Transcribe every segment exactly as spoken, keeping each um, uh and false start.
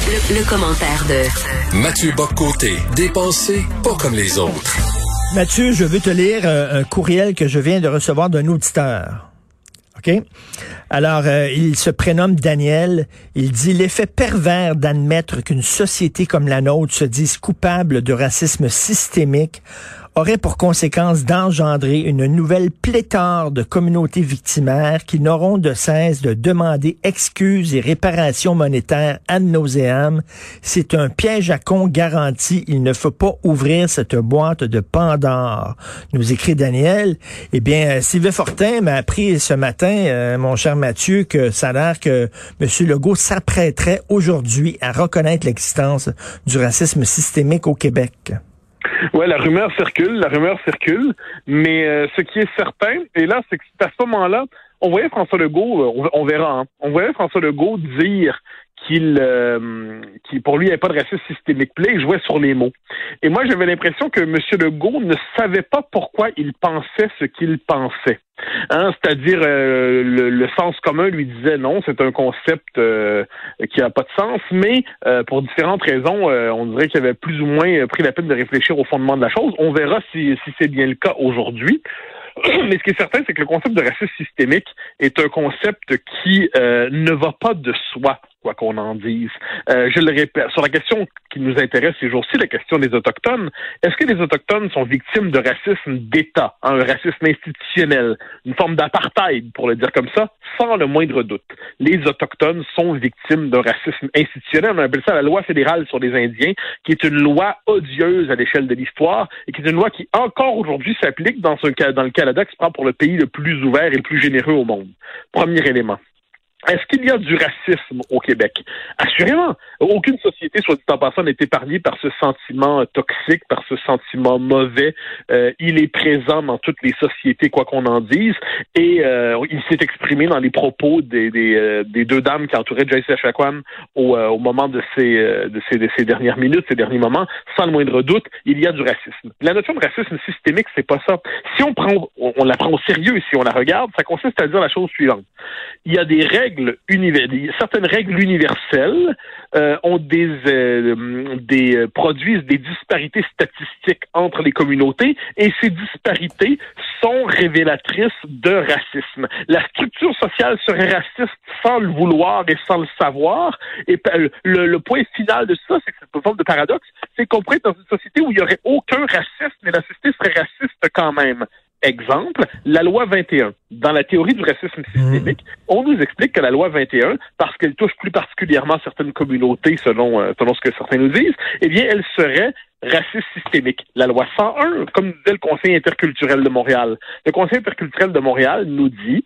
Le, le commentaire de Mathieu Bock-Côté, dépensé pas comme les autres. Mathieu, je veux te lire un, un courriel que je viens de recevoir d'un auditeur. OK? Alors, euh, il se prénomme Daniel. Il dit « L'effet pervers d'admettre qu'une société comme la nôtre se dise coupable de racisme systémique aurait pour conséquence d'engendrer une nouvelle pléthore de communautés victimaires qui n'auront de cesse de demander excuses et réparations monétaires ad nauseam. C'est un piège à con garanti. Il ne faut pas ouvrir cette boîte de Pandore. » Nous écrit Daniel. Eh bien, Sylvain Fortin m'a appris ce matin, euh, mon cher Mathieu, que ça a l'air que M. Legault s'apprêterait aujourd'hui à reconnaître l'existence du racisme systémique au Québec. Ouais, la rumeur circule, la rumeur circule, mais euh, ce qui est certain, et là, c'est que c'est à ce moment-là, on voyait François Legault, on, on verra, hein, on voyait François Legault dire qu'il, euh, qu'il pour lui, il n'y avait pas de racisme systémique. Puis là, il jouait sur les mots. Et moi, j'avais l'impression que M. Legault ne savait pas pourquoi il pensait ce qu'il pensait. Hein, c'est-à-dire, euh, le, le sens commun lui disait non, c'est un concept euh, qui n'a pas de sens, mais euh, pour différentes raisons, euh, on dirait qu'il avait plus ou moins pris la peine de réfléchir au fondement de la chose. On verra si, si c'est bien le cas aujourd'hui. Mais ce qui est certain, c'est que le concept de racisme systémique est un concept qui euh, ne va pas de soi, quoi qu'on en dise. Euh, je le répète, sur la question qui nous intéresse ces jours-ci, la question des Autochtones, est-ce que les Autochtones sont victimes de racisme d'État, hein, un racisme institutionnel, une forme d'apartheid, pour le dire comme ça, sans le moindre doute. Les Autochtones sont victimes d'un racisme institutionnel, on appelle ça la loi fédérale sur les Indiens, qui est une loi odieuse à l'échelle de l'histoire, et qui est une loi qui, encore aujourd'hui, s'applique dans, ce, dans le Canada, qui se prend pour le pays le plus ouvert et le plus généreux au monde. Premier élément. Est-ce qu'il y a du racisme au Québec? Assurément. Aucune société, soit dit en passant, n'est épargnée par ce sentiment toxique, par ce sentiment mauvais. Euh, il est présent dans toutes les sociétés, quoi qu'on en dise. Et euh, il s'est exprimé dans les propos des, des, euh, des deux dames qui entouraient Joyce Echaquan au, euh, au moment de ces, euh, de, ces, de ces dernières minutes, ces derniers moments. Sans le moindre doute, il y a du racisme. La notion de racisme systémique, c'est pas ça. Si on prend, on, on la prend au sérieux et si on la regarde, ça consiste à dire la chose suivante. Il y a des règles Univers- certaines règles universelles euh, ont des, euh, des euh, produisent des disparités statistiques entre les communautés et ces disparités sont révélatrices de racisme. La structure sociale serait raciste sans le vouloir et sans le savoir. Et le, le point final de ça, c'est que c'est une forme de paradoxe, c'est qu'on pourrait être dans une société où il n'y aurait aucun racisme, mais la société serait raciste quand même. Exemple, la loi vingt et un. Dans la théorie du racisme systémique, mmh. on nous explique que la loi vingt et un, parce qu'elle touche plus particulièrement certaines communautés, selon, euh, selon ce que certains nous disent, eh bien, elle serait raciste systémique. La loi cent un, comme disait le Conseil interculturel de Montréal. Le Conseil interculturel de Montréal nous dit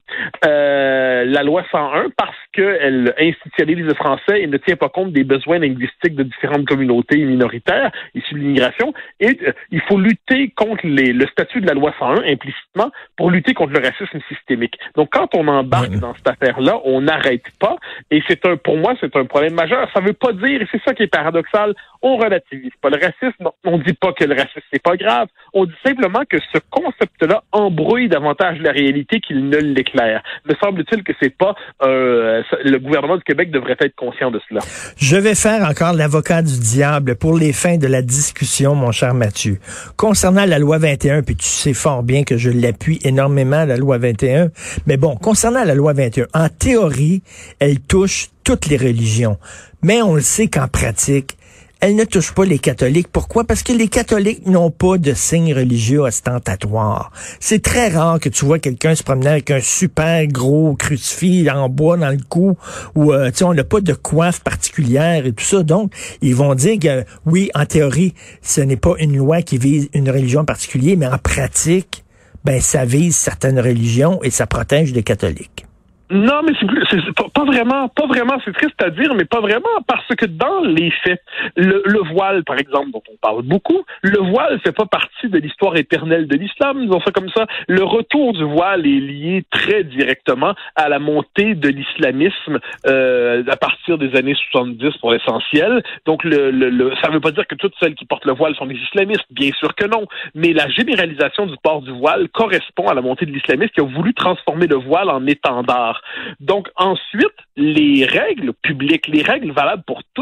euh, la loi cent un, parce qu'elle institutionnalise le français et ne tient pas compte des besoins linguistiques de différentes communautés minoritaires issues de l'immigration, et euh, il faut lutter contre les, le statut de la loi cent un, implicitement, pour lutter contre le racisme systémique. Donc, quand on embarque ouais. dans cette affaire-là, on n'arrête pas, et c'est un, pour moi, c'est un problème majeur. Ça veut pas dire, et c'est ça qui est paradoxal, on relativise pas le racisme. Non, on dit pas que le racisme c'est pas grave. On dit simplement que ce concept-là embrouille davantage la réalité qu'il ne l'éclaire. Me semble-t-il que c'est pas euh, le gouvernement du Québec devrait être conscient de cela. Je vais faire encore l'avocat du diable pour les fins de la discussion, mon cher Mathieu. Concernant la loi vingt et un, puis tu sais fort bien que je l'appuie énormément, la loi vingt et un, mais bon, concernant la loi vingt et un, en théorie, elle touche toutes les religions. Mais on le sait qu'en pratique, elle ne touche pas les catholiques. Pourquoi? Parce que les catholiques n'ont pas de signes religieux ostentatoires. C'est très rare que tu vois quelqu'un se promener avec un super gros crucifix en bois dans le cou ou euh, tu sais, on n'a pas de coiffe particulière et tout ça. Donc, ils vont dire que oui, en théorie, ce n'est pas une loi qui vise une religion en particulier, mais en pratique, ben ça vise certaines religions et ça protège les catholiques. Non, mais c'est, plus, c'est pas, pas vraiment, pas vraiment, c'est triste à dire, mais pas vraiment, parce que dans les faits, le, le voile, par exemple, dont on parle beaucoup, le voile fait pas partie de l'histoire éternelle de l'islam, disons ça comme ça. Le retour du voile est lié très directement à la montée de l'islamisme euh, à partir des années soixante-dix pour l'essentiel. Donc, le, le, le, ça veut pas dire que toutes celles qui portent le voile sont des islamistes, bien sûr que non, mais la généralisation du port du voile correspond à la montée de l'islamisme qui a voulu transformer le voile en étendard. Donc, ensuite, les règles publiques, les règles valables pour tous,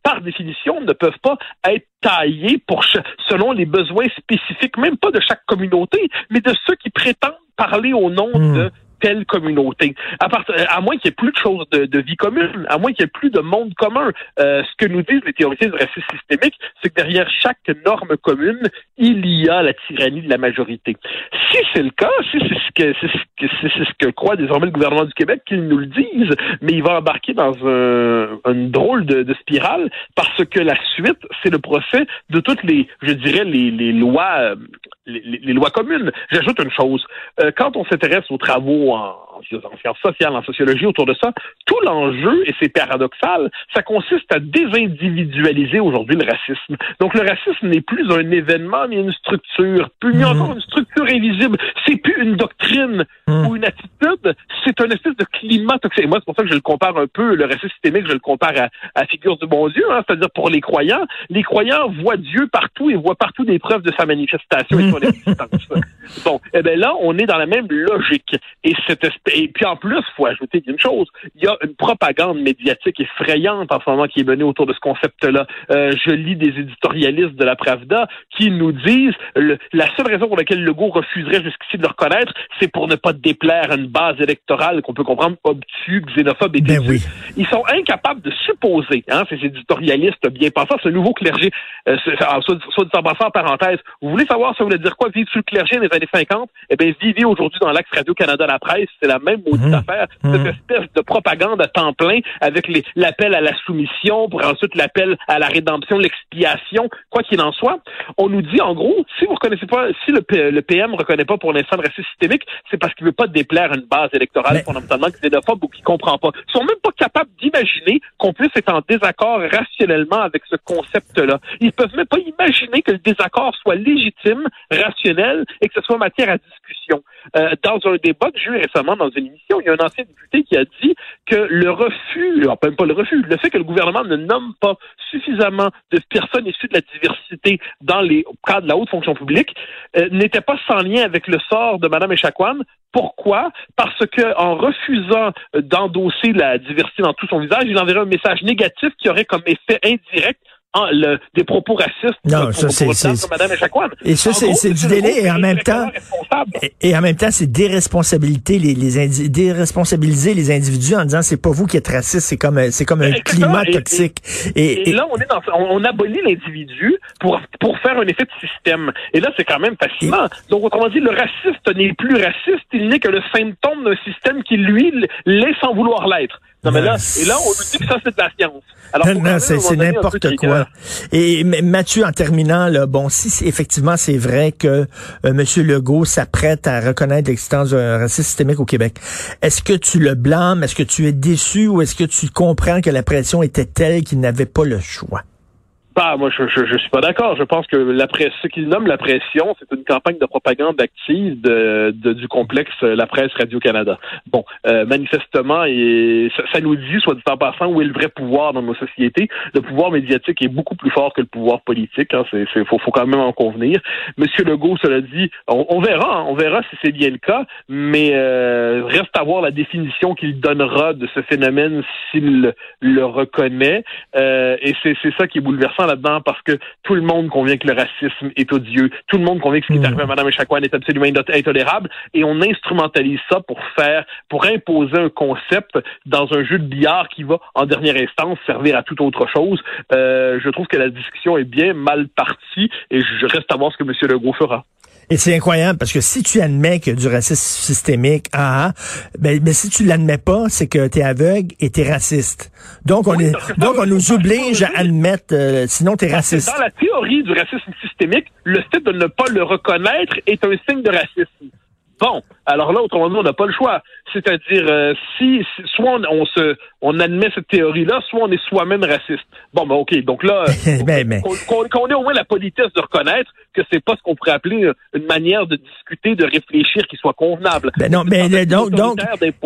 par définition, ne peuvent pas être taillés pour selon les besoins spécifiques, même pas de chaque communauté, mais de ceux qui prétendent parler au nom mmh. de telle communauté. À, part, à moins qu'il n'y ait plus de choses de, de vie commune, à moins qu'il n'y ait plus de monde commun. Euh, ce que nous disent les théoriciens du racisme systémique, c'est que derrière chaque norme commune, il y a la tyrannie de la majorité. Si c'est le cas, si c'est ce que c'est ce que, c'est, c'est ce que croit désormais le gouvernement du Québec, qu'ils nous le disent, mais il va embarquer dans un, une drôle de, de spirale parce que la suite, c'est le procès de toutes les, je dirais, les, les lois, les, les lois communes. J'ajoute une chose. Euh, quand on s'intéresse aux travaux en, en sciences sociales, en sociologie autour de ça, tout l'enjeu, et c'est paradoxal, ça consiste à désindividualiser aujourd'hui le racisme. Donc le racisme n'est plus un événement, mais une structure. Plus il y a encore une structure invisible. C'est plus une doctrine mmh. ou une attitude, c'est un espèce de climat toxique. Et moi, c'est pour ça que je le compare un peu, le racisme systémique, je le compare à, à la figure du bon Dieu, hein, c'est-à-dire pour les croyants. Les croyants voient Dieu partout et voient partout des preuves de sa manifestation et de son existence. Bon, eh bien là, on est dans la même logique. Et cette espèce Et puis en plus, il faut ajouter une chose, il y a une propagande médiatique effrayante en ce moment qui est menée autour de ce concept-là. Euh, je lis des éditorialistes de la Pravda qui nous disent le, la seule raison pour laquelle Legault refuserait jusqu'ici de le reconnaître, c'est pour ne pas déplaire à une base électorale qu'on peut comprendre obtus, xénophobe et ben oui. Ils sont incapables de supposer, hein, ces éditorialistes bien pensants, ce nouveau clergé, euh, soit, soit dit en passant en parenthèse, vous voulez savoir ça voulait dire quoi vivre sous le clergé dans les années cinquante? Eh bien, vivez aujourd'hui dans l'axe Radio-Canada La Presse, c'est la même maudite mmh. affaire, mmh. cette espèce de propagande à temps plein avec les, l'appel à la soumission, pour ensuite l'appel à la rédemption, l'expiation, quoi qu'il en soit. On nous dit, en gros, si vous reconnaissez pas, si le, P, le P M ne reconnaît pas pour l'instant le racisme systémique, c'est parce qu'il veut pas déplaire une base électorale Mais... fondamentalement xénophobe ou qui comprend pas. Ils sont même pas capables d'imaginer qu'on puisse être en désaccord rationnellement avec ce concept-là. Ils peuvent même pas imaginer que le désaccord soit légitime, rationnel et que ce soit matière à discussion. Euh, dans un débat que j'ai eu récemment dans une émission, il y a un ancien député qui a dit que le refus, alors même pas le refus, le fait que le gouvernement ne nomme pas suffisamment de personnes issues de la diversité dans les cadres de la haute fonction publique euh, n'était pas sans lien avec le sort de Mme Echaquan. Pourquoi? Parce que en refusant d'endosser la diversité dans tout son visage, il enverrait un message négatif qui aurait comme effet indirect Ah, le, des propos racistes non, pour, ça, pour, c'est, pour c'est, Mme Echaquan. Et ça, c'est, c'est du délai, et en même temps, et, et en même temps, c'est déresponsabilité les, les indi- déresponsabiliser les individus en disant c'est pas vous qui êtes raciste, c'est comme, c'est comme un climat et, toxique. Et, et, et, et là, on est dans, on, on abolit l'individu pour, pour faire un effet de système. Et là, c'est quand même fascinant. Et, Donc, autrement dit, le raciste n'est plus raciste, il n'est que le symptôme d'un système qui, lui, l'est sans vouloir l'être. Non, mais là, et là, on nous dit que ça, c'est de la science. Alors, non, non c'est, c'est n'importe quoi. Et Mathieu, en terminant, là, bon, si c'est, effectivement c'est vrai que euh, M. Legault s'apprête à reconnaître l'existence d'un racisme systémique au Québec, est-ce que tu le blâmes, est-ce que tu es déçu ou est-ce que tu comprends que la pression était telle qu'il n'avait pas le choix? Bah, moi, je, je, je suis pas d'accord. Je pense que la presse, ce qu'il nomme la pression, c'est une campagne de propagande active de, de du complexe La Presse Radio-Canada. Bon, euh, manifestement, et ça, ça nous dit, soit dit en passant, où est le vrai pouvoir dans nos sociétés. Le pouvoir médiatique est beaucoup plus fort que le pouvoir politique. Hein, c'est, c'est, faut, faut quand même en convenir. Monsieur Legault, cela dit, on, on verra, hein, on verra si c'est bien le cas, mais euh, reste à voir la définition qu'il donnera de ce phénomène s'il le, le reconnaît. Euh, et c'est, c'est ça qui est bouleversant là-dedans, parce que tout le monde convient que le racisme est odieux. Tout le monde convient que ce qui est arrivé à Mme Echaquan est absolument intolérable, et on instrumentalise ça pour faire, pour imposer un concept dans un jeu de billard qui va, en dernière instance, servir à toute autre chose. Euh, je trouve que la discussion est bien mal partie, et je reste à voir ce que M. Legault fera. Et c'est incroyable parce que si tu admets qu'il y a du racisme systémique, ah, ben, ben si tu l'admets pas, c'est que t'es aveugle et t'es raciste. Donc on oui, est, donc on nous oblige à admettre, euh, sinon t'es raciste. Dans la théorie du racisme systémique, le fait de ne pas le reconnaître est un signe de racisme. Bon, alors là, autrement dit, on n'a pas le choix. C'est-à-dire, euh, si, si soit on, on se, on admet cette théorie-là, soit on est soi-même raciste. Bon, ben ok, donc là, ben, ben. Qu'on, qu'on, qu'on ait au moins la politesse de reconnaître que c'est pas ce qu'on pourrait appeler une manière de discuter, de réfléchir qui soit convenable. Ben non, mais le, donc, donc,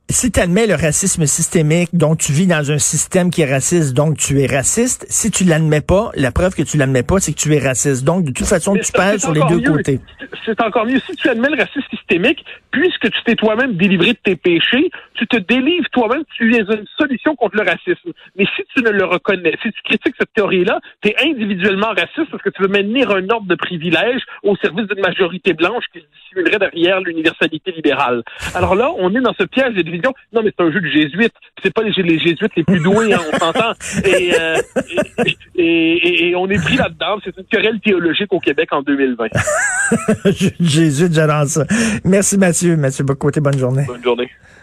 si tu admets le racisme systémique, donc tu vis dans un système qui est raciste, donc tu es raciste. Si tu l'admets pas, la preuve que tu l'admets pas, c'est que tu es raciste. Donc, de toute façon, mais tu perds sur les deux mieux. côtés. C'est encore mieux. Si tu admets le racisme systémique, puisque tu t'es toi-même délivré de tes péchés, tu te délivres toi-même, tu es une solution contre le racisme. Mais si tu ne le reconnais, si tu critiques cette théorie-là, tu es individuellement raciste parce que tu veux maintenir un ordre de privilège au service d'une majorité blanche qui se dissimulerait derrière l'universalité libérale. Alors là, on est dans ce piège de division. Non, mais c'est un jeu de jésuites. C'est pas les, les jésuites les plus doués, hein, on s'entend. Et, euh, et, et, et on est pris là-dedans. C'est une querelle théologique au Québec en deux mille vingt. Jésuite, j'adore ça. Merci Mathieu. Mathieu Bocoté, bonne journée. Bonne journée.